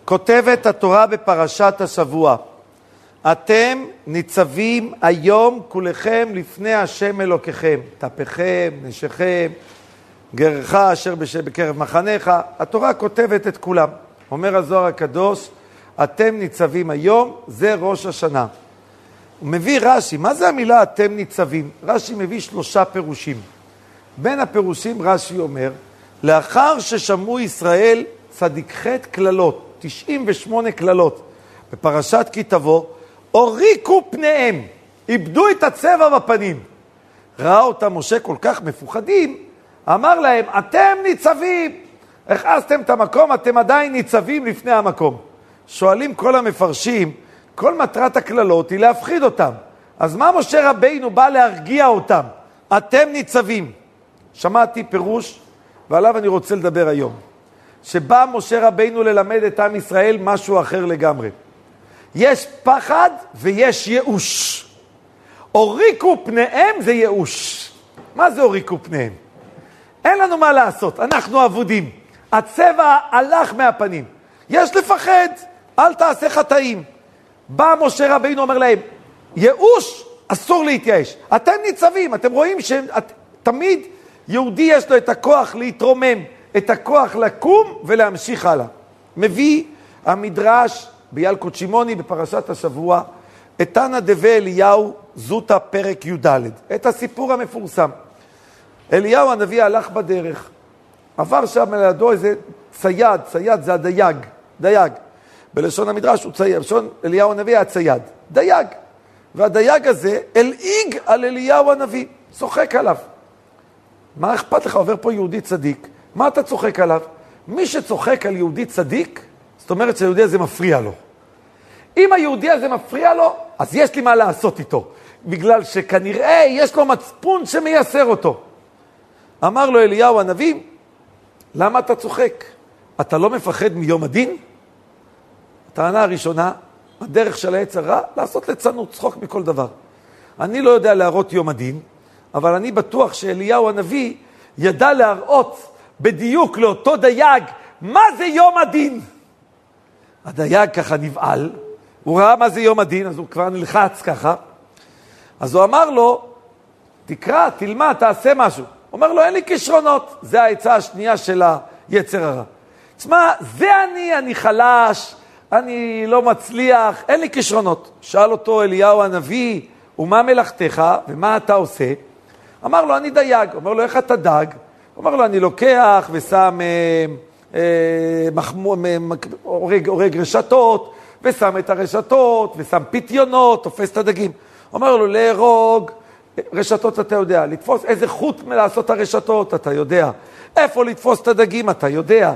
כותבת התורה בפרשת השבוע, אתם ניצבים היום כולכם לפני השם אלוקיכם, טפכם, נשיכם, גרך אשר בקרב מחניך. התורה כותבת את כולם. אומר הזוהר הקדוש, אתם ניצבים היום, זה ראש השנה. הוא מביא רש"י, מה זה המילה אתם ניצבים? רש"י מביא 3 פירושים. בין הפירושים רש"י אומר, לאחר ששמעו ישראל צדיק ח' כללות, 98 כללות, בפרשת כי תבוא, הוריקו פניהם, איבדו את הצבע בפנים. ראה אותם משה כל כך מפוחדים, אמר להם, אתם ניצבים, הכנסתם את המקום, אתם עדיין ניצבים לפני המקום. שואלים כל המפרשים, כל מטרת הכללות היא להפחיד אותם. אז מה משה רבינו בא להרגיע אותם? אתם ניצבים. שמעתי פירוש, ועליו אני רוצה לדבר היום. שבא משה רבינו ללמד את עם ישראל משהו אחר לגמרי. יש פחד ויש ייאוש. הוריקו פניהם זה ייאוש. מה זה הוריקו פניהם? אין לנו מה לעשות, אנחנו עבודים. הצבע הלך מהפנים. יש לפחד, אל תעשה חטאים. בא משה רבינו אומר להם, ייאוש, אסור להתייאש. אתם ניצבים, אתם רואים שתמיד יהודי יש לו את הכוח להתרומם, את הכוח לקום ולהמשיך הלאה. מביא המדרש ביאלקוט שמעוני בפרשת השבוע, את תנא דבי אליהו זוטא פרק י"ד, את הסיפור המפורסם. אליהו הנביא הלך בדרך, עבר שם לידו איזה צייד, צייד זה הדייג, דייג. בלשון המדרש הוא צייד, בלשון אליהו הנביא היה צייד, דייג. והדייג הזה הלעיג על אליהו הנביא, צוחק עליו. מה אכפת לך? עובר פה יהודי צדיק, מה אתה צוחק עליו? מי שצוחק על יהודי צדיק, זאת אומרת שהיהודי הזה מפריע לו. אם היהודי הזה מפריע לו, אז יש לי מה לעשות איתו. בגלל שכנראה יש לו מצפון שמייסר אותו. אמר לו אליהו הנביא, למה אתה צוחק? אתה לא מפחד מיום הדין? הטענה הראשונה, הדרך של היצר רע, לעשות ליצנות, צחוק מכל דבר. אני לא יודע להראות יום הדין, אבל אני בטוח שאליהו הנביא ידע להראות בדיוק לאותו דייג, מה זה יום הדין? הדייג ככה נבעל, הוא ראה מה זה יום הדין, אז הוא כבר נלחץ ככה. אז הוא אמר לו, תקרא, תלמד, תעשה משהו. הוא אומר לו, אין לי כישרונות. זה העצה השנייה של היצר הרע. תשמע, זה אני חלש, אני לא מצליח, אין לי כישרונות. שאל אותו אליהו הנביא, ומה מלאכתך ומה אתה עושה? אמר לו, אני דייג. אומר לו, איך אתה דג? אומר לו, אני לוקח ושם הורג רשתות, ושם את הרשתות, ושם פיתיונות, תופס את הדגים. אומר לו, להרוג רשתות אתה יודע, לתפוס איזה חוט לעשות הרשתות אתה יודע, איפה לתפוס את הדגים אתה יודע,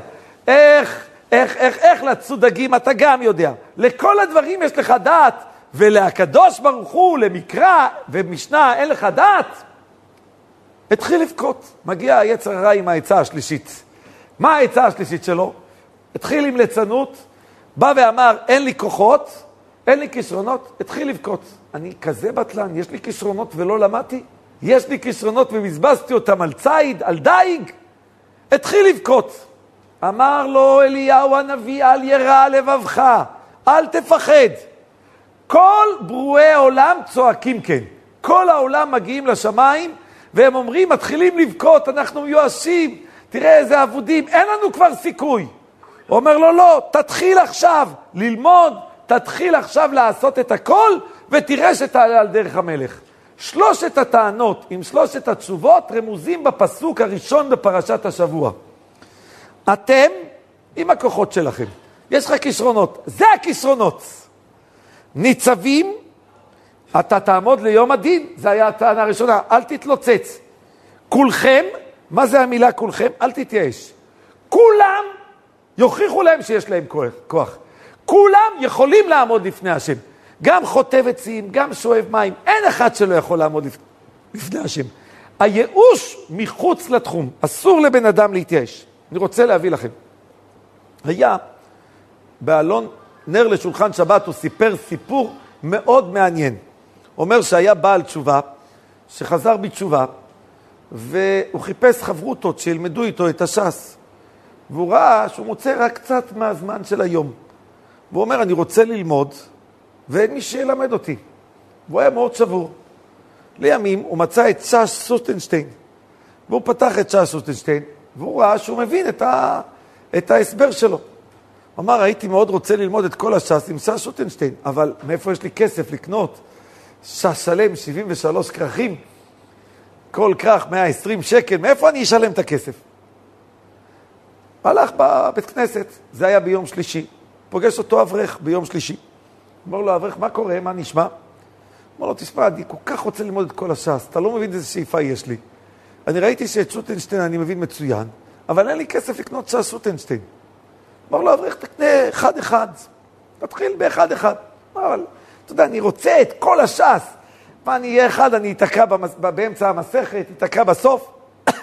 איך לצוד דגים אתה גם יודע. לכל הדברים יש לך דעת, ולהקדוש ברוך הוא, למקרא ומשנה אין לך דעת. התחיל לבכות. מגיע היצר הרע עם העצה השלישית. מה העצה השלישית שלו? התחיל עם ליצנות, בא ואמר, אין לי כוחות, אין לי כישרונות, התחיל לבכות. אני כזה בטלן, יש לי כישרונות ולא למדתי? יש לי כישרונות ומזבזתי אותם על ציד, על דייג? התחיל לבכות. אמר לו אליהו הנביא, אל ירע לבבך, אל תפחד. כל ברואי העולם צועקים כן. כל העולם מגיעים לשמיים, והם אומרים, מתחילים לבכות, אנחנו מיואשים, תראה איזה עבודים, אין לנו כבר סיכוי. הוא אומר לו, לא, תתחיל עכשיו ללמוד, תתחיל עכשיו לעשות את הכל, ותראה שתעלה על דרך המלך. 3 הטענות עם 3 התשובות רמוזים בפסוק הראשון בפרשת השבוע. אתם עם הכוחות שלכם, יש לך כישרונות, זה הכישרונות. ניצבים, אתה תעמוד ליום הדין, זה היה הטענה הראשונה, אל תתלוצץ. כולכם, מה זה המילה כולכם? אל תתייאש. כולם יוכיחו להם שיש להם כוח. כולם יכולים לעמוד לפני השם. גם חוטב עצים, גם שואב מים. אין אחד שלא יכול לעמוד לפני השם. הייאוש מחוץ לתחום. אסור לבן אדם להתייאש. אני רוצה להביא לכם. היה באלון נר לשולחן שבת, הוא סיפר סיפור מאוד מעניין. אומר שהיה בעל תשובה, שחזר בתשובה, והוא חיפש חברותות שילמדו איתו את הש"ס. והוא ראה שהוא מוצא רק קצת מהזמן של היום. והוא אומר, אני רוצה ללמוד, ואין מי שילמד אותי. והוא היה מאוד שבור. לימים הוא מצא את ש"ס סוטנשטיין, והוא פתח את ש"ס סוטנשטיין, והוא ראה שהוא מבין את ההסבר שלו. הוא אמר, הייתי מאוד רוצה ללמוד את כל הש"ס עם ש"ס סוטנשטיין, אבל מאיפה יש לי כסף לקנות ש"ס שלם, 73 כרכים, כל כרך 120 שקל, מאיפה אני אשלם את הכסף? הלך בבית כנסת, זה היה ביום שלישי, פוגש אותו אברך ביום שלישי. אמר לו, אברך, מה קורה? מה נשמע? אמר לו, תשמע, אני כל כך רוצה ללמוד את כל הש"ס, אתה לא מבין איזה שאיפה יש לי. אני ראיתי שאת סוטנשטיין אני מבין מצוין, אבל אין לי כסף לקנות ש"ס סוטנשטיין. אמר לו, אברך, תקנה אחד-אחד, תתחיל באחד-אחד. אבל, אתה יודע, אני רוצה את כל הש"ס. מה, אני אהיה אחד, אני אתקע באמצע המסכת, אתקע בסוף.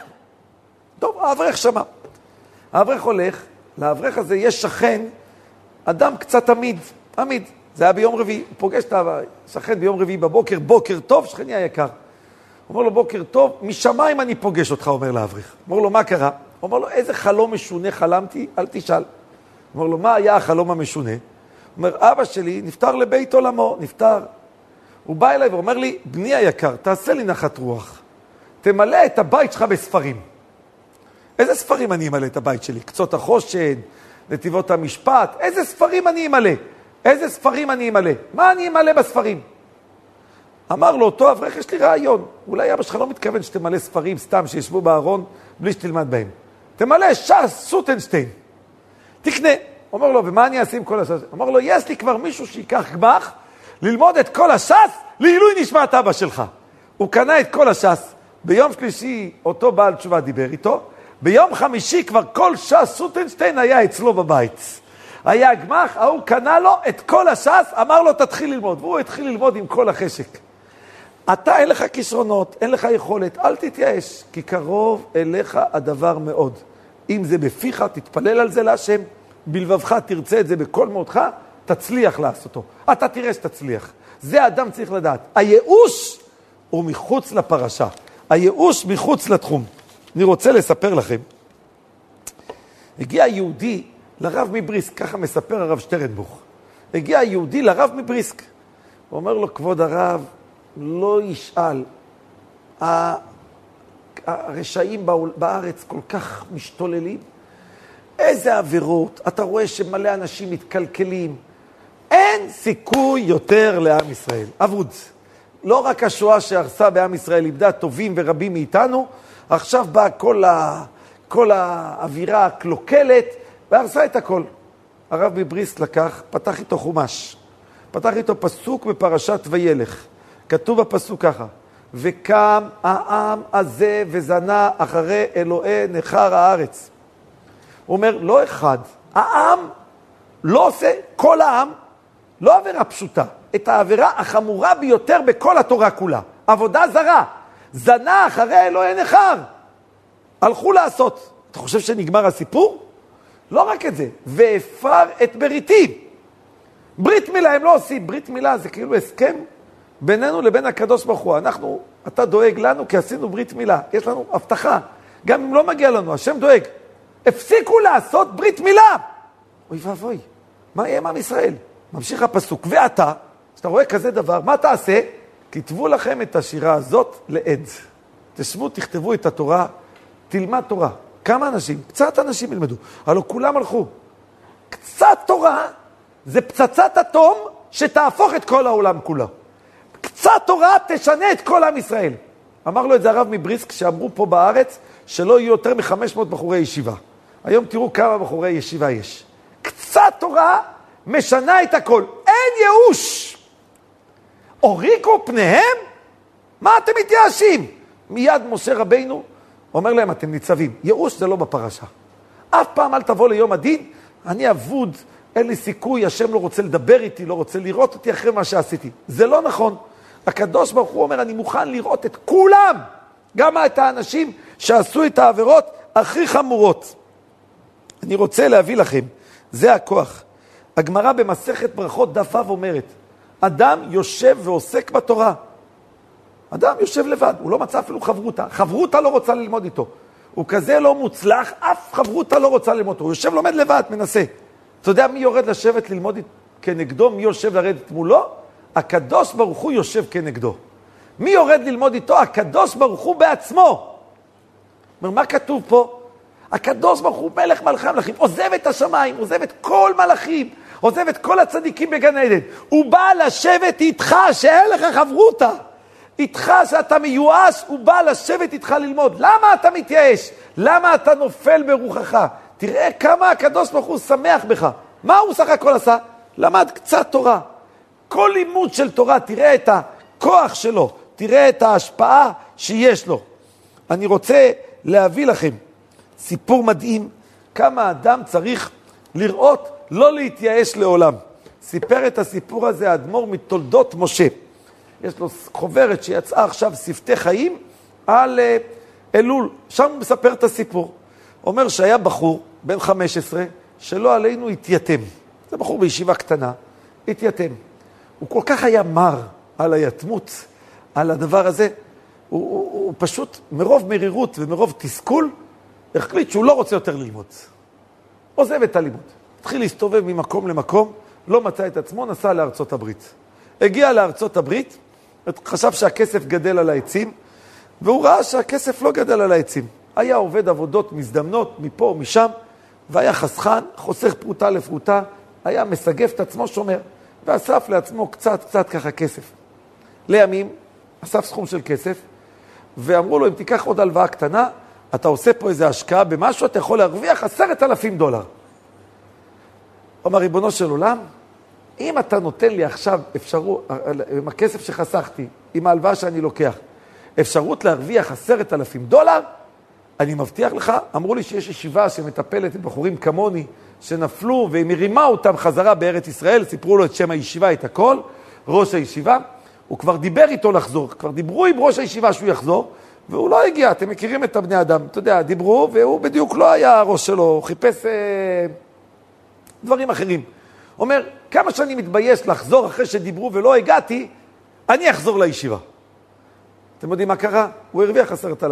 טוב, האברך שמע. האברך הולך, לאברך הזה יש שכן, אדם קצת עמיד. זה היה ביום רביעי, הוא פוגש את השכן ביום רביעי בבוקר, בוקר טוב, שכני היקר. הוא אומר לו, בוקר טוב, משמיים אני פוגש אותך, אומר לאברך. אומר לו, מה קרה? הוא אומר לו, איזה חלום משונה חלמתי? אל תשאל. הוא אומר לו, מה היה החלום המשונה? הוא אומר, אבא שלי נפטר לבית עולמו, נפטר. הוא בא אליי ואומר לי, בני היקר, תעשה לי נחת רוח. תמלא את הבית שלך בספרים. איזה ספרים אני אמלא את הבית שלי? קצות החושן, נתיבות המשפט, איזה ספרים אני אמלא? איזה ספרים אני אמלא? מה אני אמלא בספרים? אמר לו, אותו אברך, יש לי רעיון. אולי אבא שלך לא מתכוון שתמלא ספרים סתם שישבו בארון בלי שתלמד בהם. תמלא ש"ס סוטנשטיין. תקנה. אומר לו, ומה אני אעשה עם כל הש"ס? אמר לו, יש לי כבר מישהו שיקח גמח ללמוד את כל הש"ס לעילוי נשמת אבא שלך. הוא קנה את כל הש"ס. ביום שלישי אותו בעל תשובה דיבר איתו. ביום חמישי כבר כל ש"ס סוטנשטיין היה אצלו בבית. היה גמח, הוא קנה לו את כל הש"ס, אמר לו תתחיל ללמוד. והוא התחיל ללמוד עם כל החשק. אתה אין לך כישרונות, אין לך יכולת, אל תתייאש, כי קרוב אליך הדבר מאוד. אם זה בפיך, תתפלל על זה להשם, בלבבך תרצה את זה בכל מאודך, תצליח לעשותו. אתה תראה שתצליח. זה האדם צריך לדעת. הייאוש הוא מחוץ לפרשה. הייאוש מחוץ לתחום. אני רוצה לספר לכם. הגיע יהודי לרב מבריסק, ככה מספר הרב שטרנבוך. הגיע יהודי לרב מבריסק. הוא אומר לו, כבוד הרב, לא ישאל. הרשעים בארץ כל כך משתוללים. איזה עבירות. אתה רואה שמלא אנשים מתקלקלים. אין סיכוי יותר לעם ישראל. אבוד. לא רק השואה שהרסה בעם ישראל, איבדה טובים ורבים מאיתנו, עכשיו באה כל האווירה הקלוקלת, והרסה את הכל. הרב מבריסק לקח, פתח איתו חומש. פתח איתו פסוק בפרשת וילך. כתוב בפסוק ככה, וקם העם הזה וזנה אחרי אלוהי נחר הארץ. הוא אומר, לא אחד, העם לא עושה, כל העם, לא עבירה פשוטה, את העבירה החמורה ביותר בכל התורה כולה. עבודה זרה, זנה אחרי אלוהי נחר. הלכו לעשות. אתה חושב שנגמר הסיפור? לא רק את זה, והפר את בריתי. ברית מילה הם לא עושים, ברית מילה זה כאילו הסכם בינינו לבין הקדוש ברוך הוא. אתה דואג לנו כי עשינו ברית מילה, יש לנו הבטחה. גם אם לא מגיע לנו, השם דואג. הפסיקו לעשות ברית מילה. אוי ואבוי, מה יהיה עם ישראל? ממשיך הפסוק, ואתה, שאתה רואה כזה דבר, מה תעשה? כתבו לכם את השירה הזאת לעד. תשבו, תכתבו את התורה, תלמד תורה. כמה אנשים? קצת אנשים ילמדו. הלוא כולם הלכו. קצת תורה זה פצצת אטום שתהפוך את כל העולם כולו. קצת תורה תשנה את כל עם ישראל. אמר לו את זה הרב מבריסק שאמרו פה בארץ שלא יהיו יותר מ-500 בחורי ישיבה. היום תראו כמה בחורי ישיבה יש. קצת תורה משנה את הכל. אין ייאוש. הוריקו פניהם? מה אתם מתייאשים? מיד משה רבינו אומר להם, אתם ניצבים. ייאוש זה לא בפרשה. אף פעם אל תבוא ליום הדין, אני אבוד, אין לי סיכוי, השם לא רוצה לדבר איתי, לא רוצה לראות אותי אחרי מה שעשיתי. זה לא נכון. הקדוש ברוך הוא אומר, אני מוכן לראות את כולם, גם את האנשים שעשו את העבירות הכי חמורות. אני רוצה להביא לכם, זה הכוח. הגמרא במסכת ברכות דף ו' אומרת, אדם יושב ועוסק בתורה. אדם יושב לבד, הוא לא מצא אפילו חברותה. חברותה לא רוצה ללמוד איתו. הוא כזה לא מוצלח, אף חברותה לא רוצה ללמוד אותו. הוא יושב לומד לבד, מנסה. אתה יודע מי יורד לשבת ללמוד כנגדו? מי יושב לרדת מולו? הקדוש ברוך הוא יושב כנגדו. מי יורד ללמוד איתו? הקדוש ברוך הוא בעצמו. מה כתוב פה? הקדוש ברוך הוא מלך מלכי המלכים, עוזב את השמיים, עוזב את כל מלאכים, עוזב את כל הצדיקים בגן עדן. הוא בא לשבת איתך, שאין לך חברותה. איתך שאתה מיואש, הוא בא לשבת איתך ללמוד. למה אתה מתייאש? למה אתה נופל ברוחך? תראה כמה הקדוש ברוך הוא שמח בך. מה הוא סך הכל עשה? למד קצת תורה. כל לימוד של תורה, תראה את הכוח שלו, תראה את ההשפעה שיש לו. אני רוצה להביא לכם סיפור מדהים, כמה אדם צריך לראות, לא להתייאש לעולם. סיפר את הסיפור הזה האדמו"ר מתולדות משה. יש לו חוברת שיצאה עכשיו שפתי חיים על אלול. שם הוא מספר את הסיפור. אומר שהיה בחור בן 15 שלא עלינו התייתם. זה בחור בישיבה קטנה, התייתם. הוא כל כך היה מר על היתמות, על הדבר הזה. הוא פשוט מרוב מרירות ומרוב תסכול, החליט שהוא לא רוצה יותר ללמוד. עוזב את הלימוד. התחיל להסתובב ממקום למקום, לא מצא את עצמו, נסע לארצות הברית. הגיע לארצות הברית, חשב שהכסף גדל על העצים, והוא ראה שהכסף לא גדל על העצים. היה עובד עבודות מזדמנות מפה ומשם, והיה חסכן, חוסך פרוטה לפרוטה, היה מסגף את עצמו שומר, ואסף לעצמו קצת ככה כסף. לימים, אסף סכום של כסף, ואמרו לו, אם תיקח עוד הלוואה קטנה, אתה עושה פה איזו השקעה במשהו, אתה יכול להרוויח $10,000. אומר, ריבונו של עולם, אם אתה נותן לי עכשיו אפשרות, עם הכסף שחסכתי, עם ההלוואה שאני לוקח, אפשרות להרוויח $10,000, אני מבטיח לך, אמרו לי שיש ישיבה שמטפלת עם בחורים כמוני, שנפלו והיא מרימה אותם חזרה בארץ ישראל, סיפרו לו את שם הישיבה, את הכל, ראש הישיבה, הוא כבר דיבר איתו לחזור, כבר דיברו עם ראש הישיבה שהוא יחזור, והוא לא הגיע, אתם מכירים את הבני אדם, אתה יודע, דיברו, והוא בדיוק לא היה הראש שלו, הוא חיפש דברים אחרים. אומר, כמה שאני מתבייש לחזור אחרי שדיברו ולא הגעתי, אני אחזור לישיבה. אתם יודעים מה קרה? הוא הרוויח $10,000,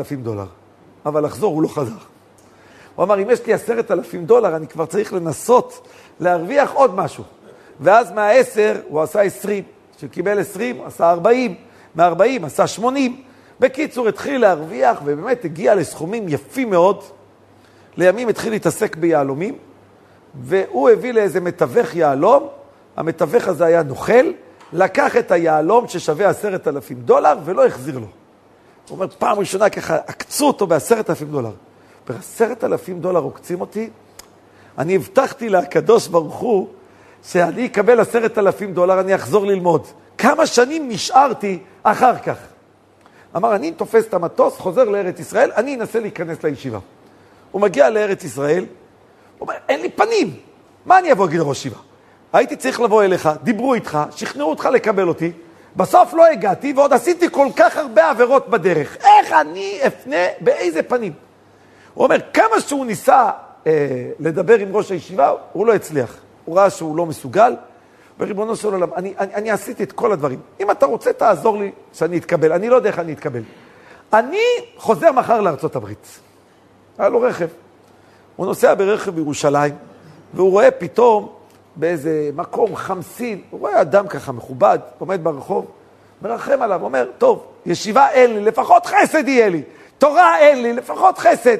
אבל לחזור הוא לא חזר. הוא אמר, אם יש לי $10,000, אני כבר צריך לנסות להרוויח עוד משהו. ואז מה-10 הוא עשה 20, שקיבל 20, עשה 40, מה-40 עשה 80. בקיצור, התחיל להרוויח, ובאמת הגיע לסכומים יפים מאוד. לימים התחיל להתעסק ביעלומים, והוא הביא לאיזה מתווך יעלום, המתווך הזה היה נוכל, לקח את היעלום ששווה $10,000 ולא החזיר לו. הוא אומר, פעם ראשונה ככה, עקצו אותו $10,000. $10,000 עוקצים אותי, אני הבטחתי לקדוש ברוך הוא, שאני אקבל $10,000, אני אחזור ללמוד. כמה שנים נשארתי אחר כך? אמר, אני תופס את המטוס, חוזר לארץ ישראל, אני אנסה להיכנס לישיבה. הוא מגיע לארץ ישראל, הוא אומר, אין לי פנים. מה אני אבוא להגיד לראש ישיבה? הייתי צריך לבוא אליך, דיברו איתך, שכנעו אותך לקבל אותי, בסוף לא הגעתי, ועוד עשיתי כל כך הרבה עבירות בדרך. איך אני אפנה, באיזה פנים? הוא אומר, כמה שהוא ניסה לדבר עם ראש הישיבה, הוא לא הצליח. הוא ראה שהוא לא מסוגל, וריבונו של עולם, אני עשיתי את כל הדברים. אם אתה רוצה, תעזור לי שאני אתקבל. אני לא יודע איך אני אתקבל. אני חוזר מחר לארצות הברית. היה לו רכב. הוא נוסע ברכב בירושלים, והוא רואה פתאום באיזה מקום חמסין, הוא רואה אדם ככה מכובד, עומד ברחוב, מרחם עליו, אומר, טוב, ישיבה אין לי, לפחות חסד יהיה לי. תורה אין לי, לפחות חסד.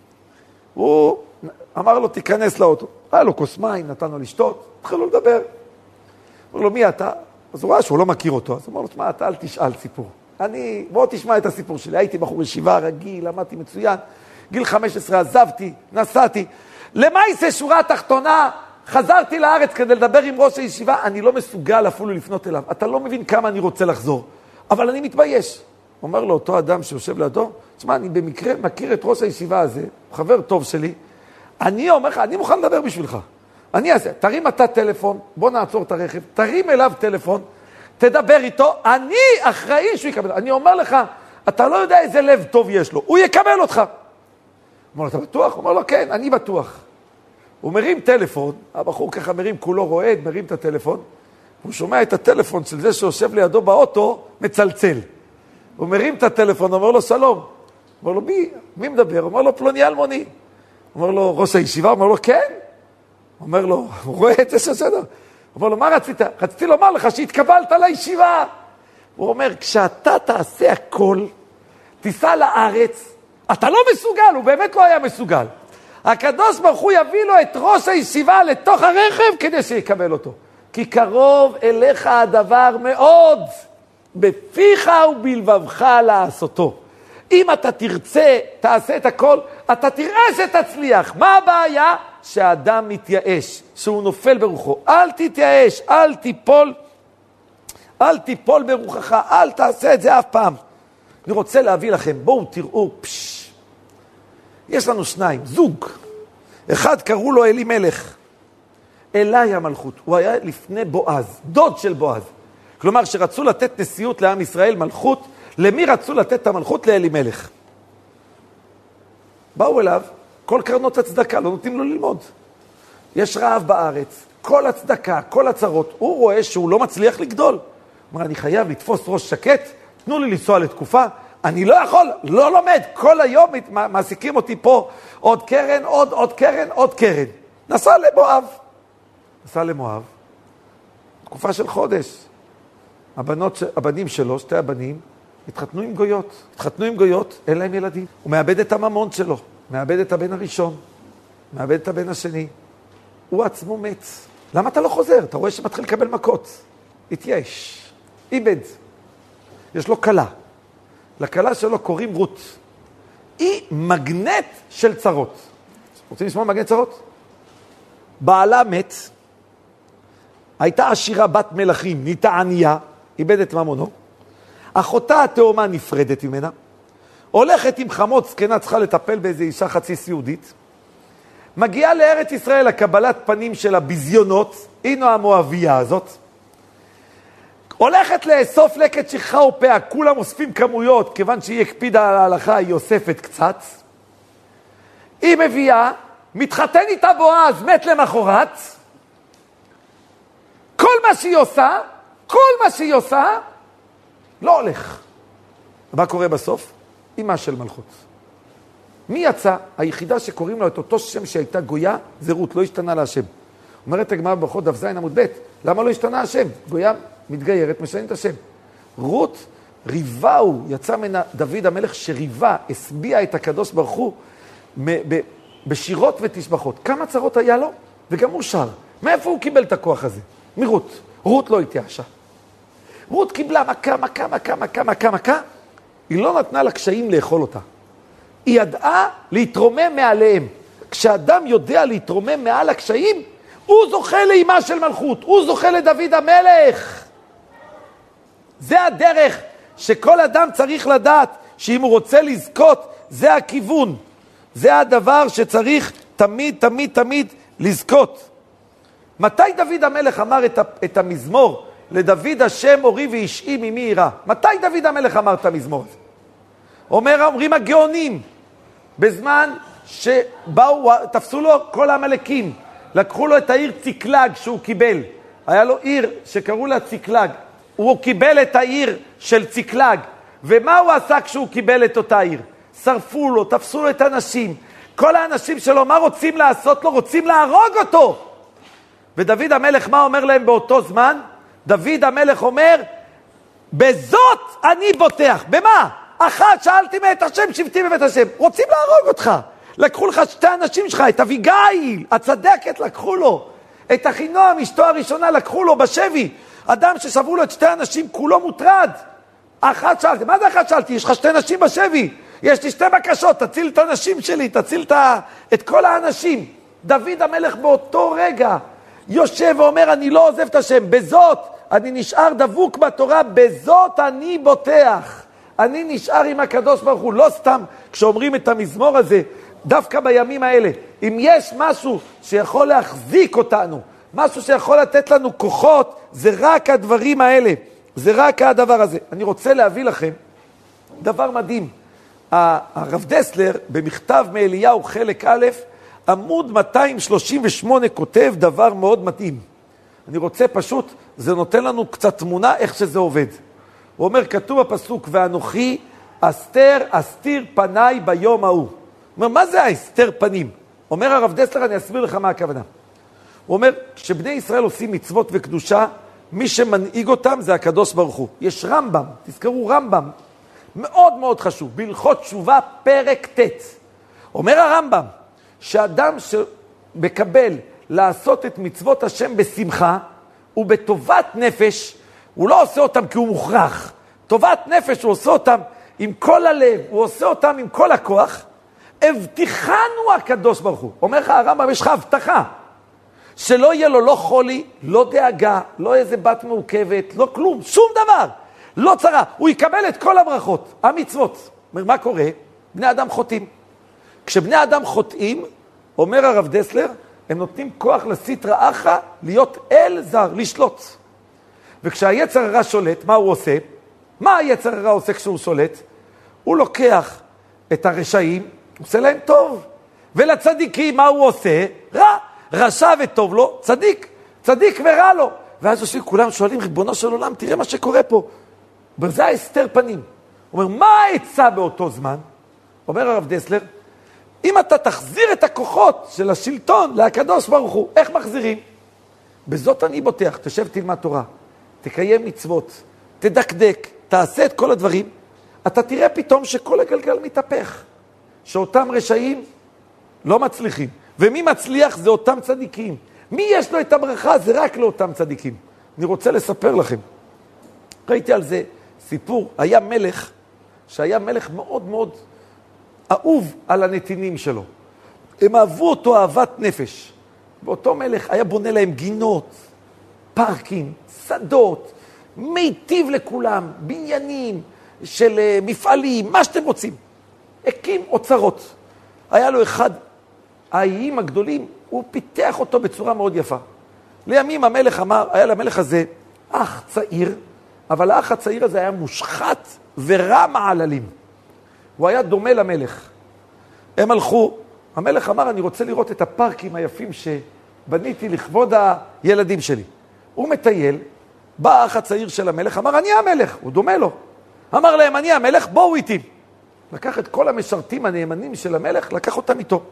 הוא אמר לו, תיכנס לאוטו. היה לו כוס מים, נתן לו לשתות, התחילו לדבר. אמר לו, מי אתה? אז הוא ראה שהוא לא מכיר אותו. אז הוא אמר לו, תשמע, אתה אל תשאל סיפור. בוא תשמע את הסיפור שלי. הייתי בחור ישיבה רגיל, למדתי מצוין. גיל 15 עזבתי, נסעתי. למה יעשה שורה התחתונה? חזרתי לארץ כדי לדבר עם ראש הישיבה. אני לא מסוגל אפילו לפנות אליו. אתה לא מבין כמה אני רוצה לחזור. אבל אני מתבייש. אומר לו אותו אדם שיושב לידו, תשמע, אני במקרה מכיר את ראש הישיבה הזה, חבר טוב שלי. אני אומר לך, אני מוכן לדבר בשבילך. אני אעשה, תרים אתה טלפון, בוא נעצור את הרכב, תרים אליו טלפון, תדבר איתו, אני אחראי שהוא יקבל. אני אומר לך, אתה לא יודע איזה לב טוב יש לו, הוא יקבל אותך. אומר לו, אתה בטוח? הוא אומר לו, כן, אני בטוח. הוא מרים טלפון, הבחור ככה מרים, כולו רועד, מרים את הטלפון, הוא שומע את הטלפון של זה שיושב לידו באוטו, מצלצל. הוא מרים את הטלפון, אומר לו, שלום. אומר לו, מי מדבר? אומר לו, פלוני אלמוני. אומר לו, ראש הישיבה, אומר לו, כן. אומר לו, הוא רואה את זה בסדר. הוא אומר לו, מה רצית? רציתי לומר לך שהתקבלת לישיבה. הוא אומר, כשאתה תעשה הכל, תיסע לארץ, אתה לא מסוגל, הוא באמת לא היה מסוגל. הקדוש ברוך הוא יביא לו את ראש הישיבה לתוך הרכב כדי שיקבל אותו. כי קרוב אליך הדבר מאוד, בפיך ובלבבך לעשותו. אם אתה תרצה, תעשה את הכל, אתה תראה שתצליח. מה הבעיה? שהאדם מתייאש, שהוא נופל ברוחו. אל תתייאש, אל תיפול ברוחך, אל תעשה את זה אף פעם. אני רוצה להביא לכם, בואו תראו, יש לנו שניים, זוג. אחד קראו לו אלימלך, אלי המלכות. הוא היה לפני בועז, דוד של בועז. כלומר, שרצו לתת נשיאות לעם ישראל, מלכות, למי רצו לתת את המלכות? לאלימלך. באו אליו, כל קרנות הצדקה, לא נותנים לו ללמוד. יש רעב בארץ, כל הצדקה, כל הצרות, הוא רואה שהוא לא מצליח לגדול. הוא אומר, אני חייב לתפוס ראש שקט, תנו לי לנסוע לתקופה, אני לא יכול, לא לומד, כל היום מעסיקים אותי פה, עוד קרן, עוד קרן, עוד קרן. נסע למואב, תקופה של חודש. הבנים שלו, שתי הבנים, התחתנו עם גויות, אין להם ילדים. הוא מאבד את הממון שלו, מאבד את הבן הראשון, מאבד את הבן השני. הוא עצמו מת. למה אתה לא חוזר? אתה רואה שמתחיל לקבל מכות. התייאש, איבד. יש לו קלה. לקלה שלו קוראים רות. היא מגנט של צרות. רוצים לשמוע מגנט צרות? בעלה מת, הייתה עשירה בת מלכים, נהייתה ענייה, איבד את ממונו. אחותה התאומה נפרדת ממנה, הולכת עם חמות זקנה, צריכה לטפל באיזו אישה חצי סיעודית, מגיעה לארץ ישראל, הקבלת פנים של הביזיונות, הנה המואביה הזאת, הולכת לאסוף לקט שכחה ופאה, כולם אוספים כמויות, כיוון שהיא הקפידה על ההלכה, היא אוספת קצת, היא מביאה, מתחתן איתה בועז, מת למחרת, כל מה שהיא עושה, לא הולך. מה קורה בסוף? אמא של מלכות. מי יצא? היחידה שקוראים לו את אותו שם שהייתה גויה, זה רות, לא השתנה לה השם. אומרת הגמרא בברכות דף ז עמוד ב', למה לא השתנה השם? גויה מתגיירת, משנים את השם. רות ריבהו, יצא מן דוד המלך שריבה, הסביע את הקדוש ברוך הוא בשירות ותשבחות. כמה צרות היה לו? וגם הוא שר. מאיפה הוא קיבל את הכוח הזה? מרות. רות לא התייאשה. רות קיבלה מכה. היא לא נתנה לה קשיים לאכול אותה. היא ידעה להתרומם מעליהם. כשאדם יודע להתרומם מעל הקשיים, הוא זוכה לאימה של מלכות. הוא זוכה לדוד המלך. זה הדרך שכל אדם צריך לדעת, שאם הוא רוצה לזכות, זה הכיוון. זה הדבר שצריך תמיד לזכות. מתי דוד המלך אמר את המזמור, לדוד השם אורי ואישי ממי ירא? מתי דוד המלך אמר את המזמור הזה? אומרים הגאונים, בזמן שבאו, תפסו לו כל המלכים, לקחו לו את העיר ציקלג שהוא קיבל. היה לו עיר שקראו לה ציקלג. הוא קיבל את העיר של ציקלג. ומה הוא עשה כשהוא קיבל את אותה עיר? שרפו לו, תפסו לו את האנשים. כל האנשים שלו, מה רוצים לעשות לו? רוצים להרוג אותו. ודוד המלך, מה אומר להם באותו זמן? דוד המלך אומר, בזאת אני בוטח. במה? אחת, שאלתי מאת השם, שבטי בבית השם. רוצים להרוג אותך. לקחו לך שתי אנשים שלך, את אביגיל, הצדקת לקחו לו. את אחינועם, אשתו הראשונה, לקחו לו בשבי. אדם ששבו לו את שתי אנשים, כולו מוטרד. אחת שאלתי, מה זה אחת שאלתי? יש לך שתי נשים בשבי. יש לי שתי בקשות, תציל את הנשים שלי, תציל את כל האנשים. דוד המלך באותו רגע יושב ואומר, אני לא עוזב את השם, בזאת אני נשאר דבוק בתורה, בזאת אני בוטח. אני נשאר עם הקדוש ברוך הוא, לא סתם כשאומרים את המזמור הזה, דווקא בימים האלה, אם יש משהו שיכול להחזיק אותנו, משהו שיכול לתת לנו כוחות, זה רק הדברים האלה, זה רק הדבר הזה. אני רוצה להביא לכם דבר מדהים. הרב דסלר, במכתב מאליהו חלק א', עמוד 238 כותב דבר מאוד מתאים. אני רוצה פשוט, זה נותן לנו קצת תמונה איך שזה עובד. הוא אומר, כתוב בפסוק, ואנוכי אסתיר פניי ביום ההוא. הוא אומר, מה זה האסתר פנים? אומר הרב דסלר, אני אסביר לך מה הכוונה. הוא אומר, כשבני ישראל עושים מצוות וקדושה, מי שמנהיג אותם זה הקדוש ברוך הוא. יש רמב"ם, תזכרו רמב"ם, מאוד מאוד חשוב, בהלכות תשובה פרק ט'. אומר הרמב"ם, שאדם שמקבל לעשות את מצוות השם בשמחה, ובטובת נפש, הוא לא עושה אותם כי הוא מוכרח. טובת נפש הוא עושה אותם עם כל הלב, הוא עושה אותם עם כל הכוח. הבטיחנו הקדוש ברוך הוא. אומר לך הרמב"ם, יש לך הבטחה. שלא יהיה לו לא חולי, לא דאגה, לא איזה בת מעוכבת, לא כלום, שום דבר. לא צרה. הוא יקבל את כל הברכות, המצוות. אומר, מה קורה? בני אדם חוטאים. כשבני אדם חוטאים, אומר הרב דסלר, הם נותנים כוח לסטרא אחרא להיות אל זר, לשלוט. וכשהיצר הרע שולט, מה הוא עושה? מה היצר הרע עושה כשהוא שולט? הוא לוקח את הרשעים, עושה להם טוב. ולצדיקים, מה הוא עושה? רע. רשע וטוב לו, צדיק. צדיק ורע לו. ואז כולם שואלים, ריבונו של עולם, תראה מה שקורה פה. זה ההסתר פנים. הוא אומר, מה העצה באותו זמן? אומר הרב דסלר, אם אתה תחזיר את הכוחות של השלטון לקדוש ברוך הוא, איך מחזירים? בזאת אני בוטח, תשב תלמד תורה, תקיים מצוות, תדקדק, תעשה את כל הדברים, אתה תראה פתאום שכל הגלגל מתהפך, שאותם רשעים לא מצליחים, ומי מצליח זה אותם צדיקים. מי יש לו את הברכה זה רק לאותם צדיקים. אני רוצה לספר לכם, ראיתי על זה סיפור, היה מלך, שהיה מלך מאוד מאוד אהוב על הנתינים שלו. הם אהבו אותו אהבת נפש. ואותו מלך היה בונה להם גינות, פארקים, שדות, מיטיב לכולם, בניינים של מפעלים, מה שאתם רוצים. הקים אוצרות. היה לו אחד האיים הגדולים, הוא פיתח אותו בצורה מאוד יפה. לימים המלך אמר, היה למלך הזה אח צעיר, אבל האח הצעיר הזה היה מושחת ורע מעללים. הוא היה דומה למלך. הם הלכו, המלך אמר, אני רוצה לראות את הפארקים היפים שבניתי לכבוד הילדים שלי. הוא מטייל, בא האח הצעיר של המלך, אמר, אני המלך, הוא דומה לו. אמר להם, אני המלך, בואו איתי. לקח את כל המשרתים הנאמנים של המלך, לקח אותם איתו.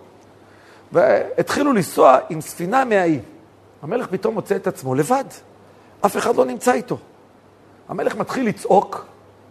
והתחילו לנסוע עם ספינה מהאי. המלך פתאום מוצא את עצמו לבד. אף אחד לא נמצא איתו. המלך מתחיל לצעוק.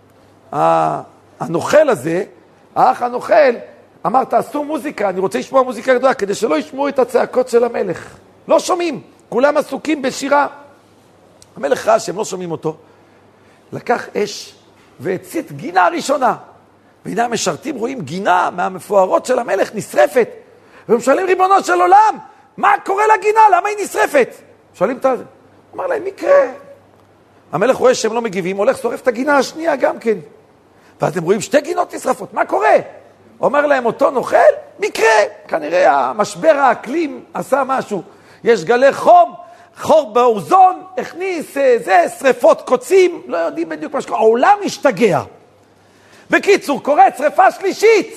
הנוכל הזה, האח הנוכל, אמר, תעשו מוזיקה, אני רוצה לשמוע מוזיקה גדולה, כדי שלא ישמעו את הצעקות של המלך. לא שומעים, כולם עסוקים בשירה. המלך ראה שהם לא שומעים אותו. לקח אש והצית גינה ראשונה. והנה המשרתים רואים גינה מהמפוארות של המלך נשרפת. והם שואלים, ריבונו של עולם, מה קורה לגינה? למה היא נשרפת? שואלים את זה. אמר להם, מקרה. המלך רואה שהם לא מגיבים, הולך שורף את הגינה השנייה גם כן. ואתם רואים שתי גינות נשרפות, מה קורה? אומר להם אותו נוכל, מקרה. כנראה המשבר האקלים עשה משהו. יש גלי חום, חור באוזון, הכניס שריפות קוצים, לא יודעים בדיוק מה שקורה. העולם השתגע. בקיצור, קורה שריפה שלישית.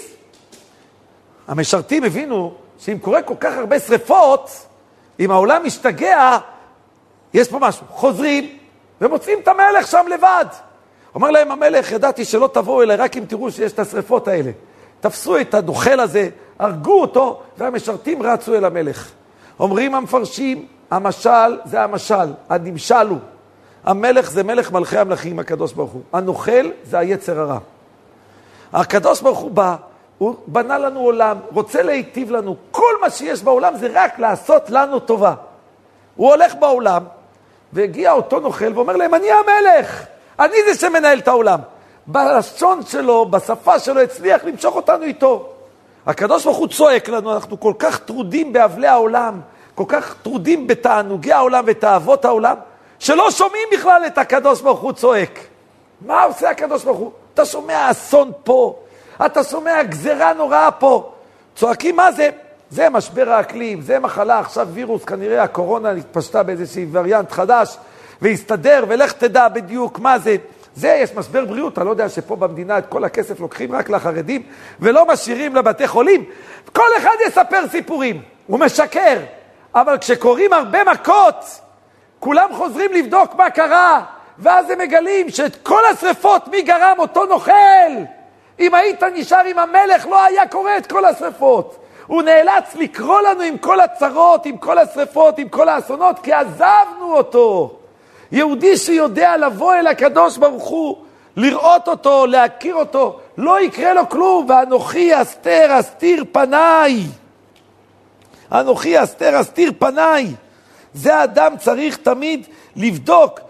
המשרתים הבינו שאם קורה כל כך הרבה שריפות, אם העולם משתגע, יש פה משהו. חוזרים ומוצאים את המלך שם לבד. אומר להם המלך, ידעתי שלא תבואו אליי רק אם תראו שיש את השריפות האלה. תפסו את הדוחל הזה, הרגו אותו, והמשרתים רצו אל המלך. אומרים המפרשים, המשל זה המשל, הנמשל הוא. המלך זה מלך מלכי המלכים, הקדוש ברוך הוא. הנוכל זה היצר הרע. הקדוש ברוך הוא בא, הוא בנה לנו עולם, רוצה להיטיב לנו. כל מה שיש בעולם זה רק לעשות לנו טובה. הוא הולך בעולם, והגיע אותו נוכל ואומר להם, אני המלך, אני זה שמנהל את העולם. בלשון שלו, בשפה שלו, הצליח למשוך אותנו איתו. הקדוש ברוך הוא צועק לנו, אנחנו כל כך טרודים באבלי העולם, כל כך טרודים בתענוגי העולם ותאוות העולם, שלא שומעים בכלל את הקדוש ברוך הוא צועק. מה עושה הקדוש ברוך הוא? אתה שומע אסון פה, אתה שומע גזרה נוראה פה. צועקים, מה זה? זה משבר האקלים, זה מחלה, עכשיו וירוס, כנראה הקורונה התפשטה באיזושהי וריאנט חדש, והסתדר, ולך תדע בדיוק מה זה. זה, יש משבר בריאות, אתה לא יודע שפה במדינה את כל הכסף לוקחים רק לחרדים, ולא משאירים לבתי חולים. כל אחד יספר סיפורים, הוא משקר. אבל כשקוראים הרבה מכות, כולם חוזרים לבדוק מה קרה, ואז הם מגלים שאת כל השריפות מי גרם? אותו נוכל. אם היית נשאר עם המלך, לא היה קורה את כל השריפות. הוא נאלץ לקרוא לנו עם כל הצרות, עם כל השריפות, עם כל האסונות, כי עזבנו אותו. יהודי שיודע לבוא אל הקדוש ברוך הוא, לראות אותו, להכיר אותו, לא יקרה לו כלום. ואנוכי אסתר פניי. אנוכי אסתר פניי. זה האדם צריך תמיד לבדוק,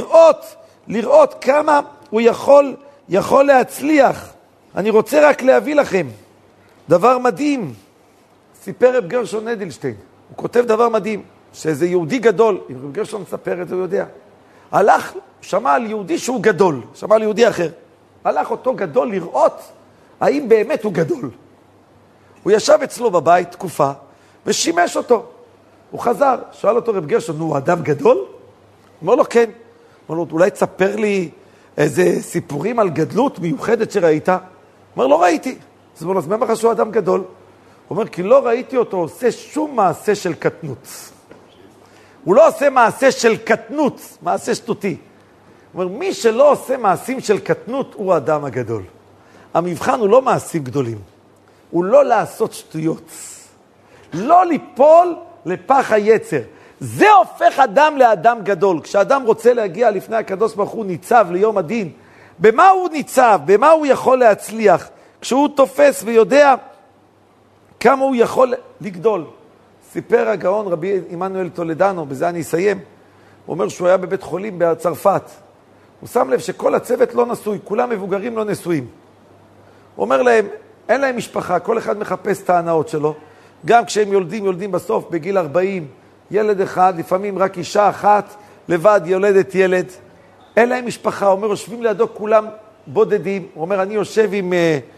לראות כמה הוא יכול להצליח. אני רוצה רק להביא לכם דבר מדהים. סיפר רב גרשון אדלשטיין, הוא כותב דבר מדהים, שאיזה יהודי גדול, אם רב גרשון מספר את זה הוא יודע, הלך, שמע על יהודי שהוא גדול, שמע על יהודי אחר, הלך אותו גדול לראות האם באמת הוא גדול. הוא ישב אצלו בבית תקופה ושימש אותו. הוא חזר, שאל אותו רב גרשון, הוא אדם גדול? הוא אומר לו כן. הוא אומר לו, אולי תספר לי איזה סיפורים על גדלות מיוחדת שראית? הוא אומר, לא ראיתי. אז הוא אומר, אז מה אמר שהוא אדם גדול? הוא אומר, כי לא ראיתי אותו עושה שום מעשה של קטנות. הוא לא עושה מעשה של קטנות, מעשה שטותי. הוא אומר, מי שלא עושה מעשים של קטנות הוא האדם הגדול. המבחן הוא לא מעשים גדולים. הוא לא לעשות שטויות. לא ליפול לפח היצר. זה הופך אדם לאדם גדול. כשאדם רוצה להגיע לפני הקדוש ברוך הוא ניצב ליום הדין, במה הוא ניצב? במה הוא יכול להצליח? כשהוא תופס ויודע כמה הוא יכול לגדול. סיפר הגאון רבי עמנואל טולדנו, בזה אני אסיים, הוא אומר שהוא היה בבית חולים בצרפת. הוא שם לב שכל הצוות לא נשוי, כולם מבוגרים לא נשואים. הוא אומר להם, אין להם משפחה, כל אחד מחפש את ההנאות שלו. גם כשהם יולדים בסוף, בגיל 40, ילד אחד, לפעמים רק אישה אחת, לבד יולדת ילד. אין להם משפחה, הוא אומר, יושבים לידו כולם בודדים. הוא אומר, אני יושב עם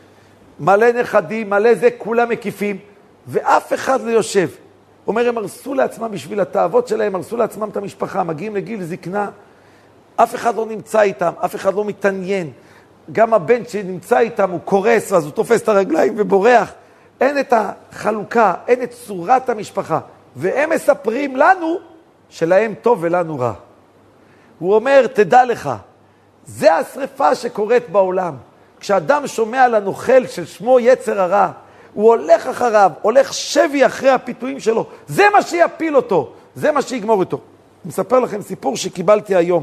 מלא נכדים, מלא זה, כולם מקיפים, ואף אחד לא יושב. הוא אומר, הם הרסו לעצמם בשביל התאוות שלהם, הרסו לעצמם את המשפחה, מגיעים לגיל זקנה, אף אחד לא נמצא איתם, אף אחד לא מתעניין. גם הבן שנמצא איתם הוא קורס, אז הוא תופס את הרגליים ובורח. אין את החלוקה, אין את צורת המשפחה. והם מספרים לנו שלהם טוב ולנו רע. הוא אומר, תדע לך, זה השריפה שקורית בעולם. כשאדם שומע על הנוכל של שמו יצר הרע, הוא הולך אחריו, הולך שבי אחרי הפיתויים שלו. זה מה שיפיל אותו, זה מה שיגמור אותו. אני מספר לכם סיפור שקיבלתי היום.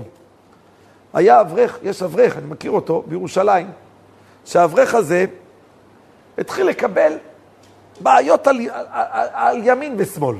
היה אברך, יש אברך, אני מכיר אותו, בירושלים, שהאברך הזה התחיל לקבל בעיות על ימין ושמאל.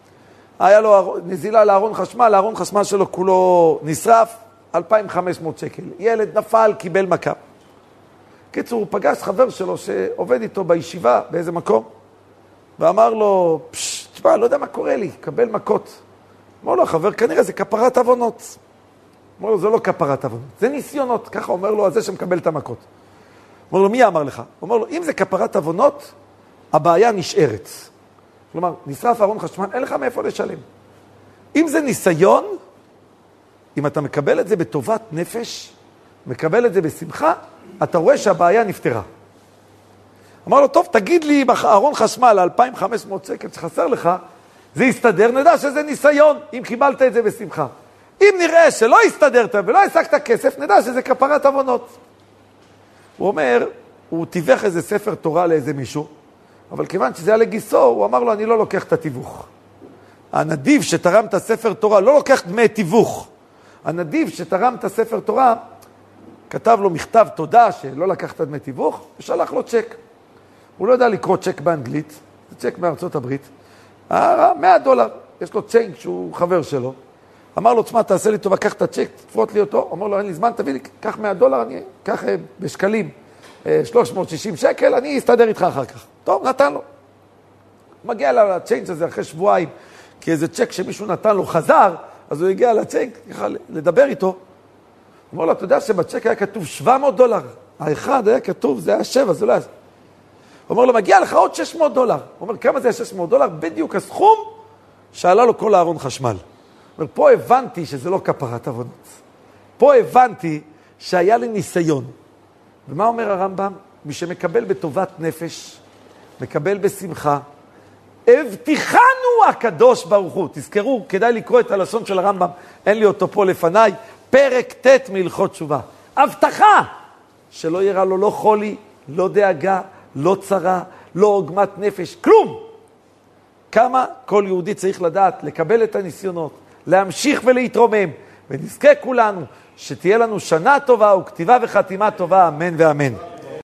היה לו נזילה לארון חשמל, הארון חשמל שלו כולו נשרף, 2,500 שקל. ילד נפל, קיבל מכה. קיצור, הוא פגש חבר שלו שעובד איתו בישיבה באיזה מקום, ואמר לו, תשמע, לא יודע מה קורה לי, קבל מכות. אמר לו, חבר, כנראה זה כפרת עוונות. אמר לו, זה לא כפרת עוונות, זה ניסיונות. ככה אומר לו, זה שמקבל את המכות. אמר לו, מי אמר לך? אמר לו, אם זה כפרת עוונות, הבעיה נשארת. כלומר, נשרף ארון חשמל, אין לך מאיפה לשלם. אם זה ניסיון, אם אתה מקבל את זה בטובת נפש, מקבל את זה בשמחה, אתה רואה שהבעיה נפתרה. אמר לו, טוב, תגיד לי, ארון חשמל, 2,500 שקל שחסר לך, זה יסתדר, נדע שזה ניסיון, אם קיבלת את זה בשמחה. אם נראה שלא הסתדרת ולא השגת כסף, נדע שזה כפרת עוונות. הוא אומר, הוא תיווך איזה ספר תורה לאיזה מישהו, אבל כיוון שזה היה לגיסו, הוא אמר לו, אני לא לוקח את התיווך. הנדיב שתרם את הספר תורה, לא לוקח דמי תיווך. הנדיב שתרם את הספר תורה, כתב לו מכתב תודה שלא לקח את דמי תיווך, ושלח לו צ'ק. הוא לא יודע לקרוא צ'ק באנגלית, זה צ'ק מארצות הברית. $100, יש לו צ'ק שהוא חבר שלו. אמר לו, תשמע, תעשה לי טובה, קח את הצ'ק, תפרוט לי אותו. אמר לו, אין לי זמן, תביא לי, קח $100, אני אקח בשקלים 360 שקל, אני אסתדר איתך אחר כך. טוב, נתן לו. מגיע לצ'יינג' הזה אחרי שבועיים, כי איזה צ'ק שמישהו נתן לו חזר, אז הוא הגיע לצ'יינג' לדבר איתו. אמר לו, אתה יודע שבצ'ק היה כתוב $700. האחד היה כתוב, זה היה 7, זה לא היה. הוא אומר לו, מגיע לך עוד $600. הוא אומר, כמה זה $600? בדיוק הסכום שעלה לו כל הארון חשמל. הוא אומר, פה הבנתי שזה לא כפרת עוונות. פה הבנתי שהיה לי ניסיון. ומה אומר הרמב"ם? מי שמקבל בטובת נפש, מקבל בשמחה, הבטיחנו הקדוש ברוך הוא. תזכרו, כדאי לקרוא את הלשון של הרמב"ם, אין לי אותו פה לפניי, פרק ט' מהלכות תשובה. הבטחה שלא יראה לו לא חולי, לא דאגה, לא צרה, לא עוגמת נפש, כלום. כמה כל יהודי צריך לדעת לקבל את הניסיונות, להמשיך ולהתרומם, ונזכה כולנו שתהיה לנו שנה טובה וכתיבה וחתימה טובה, אמן ואמן.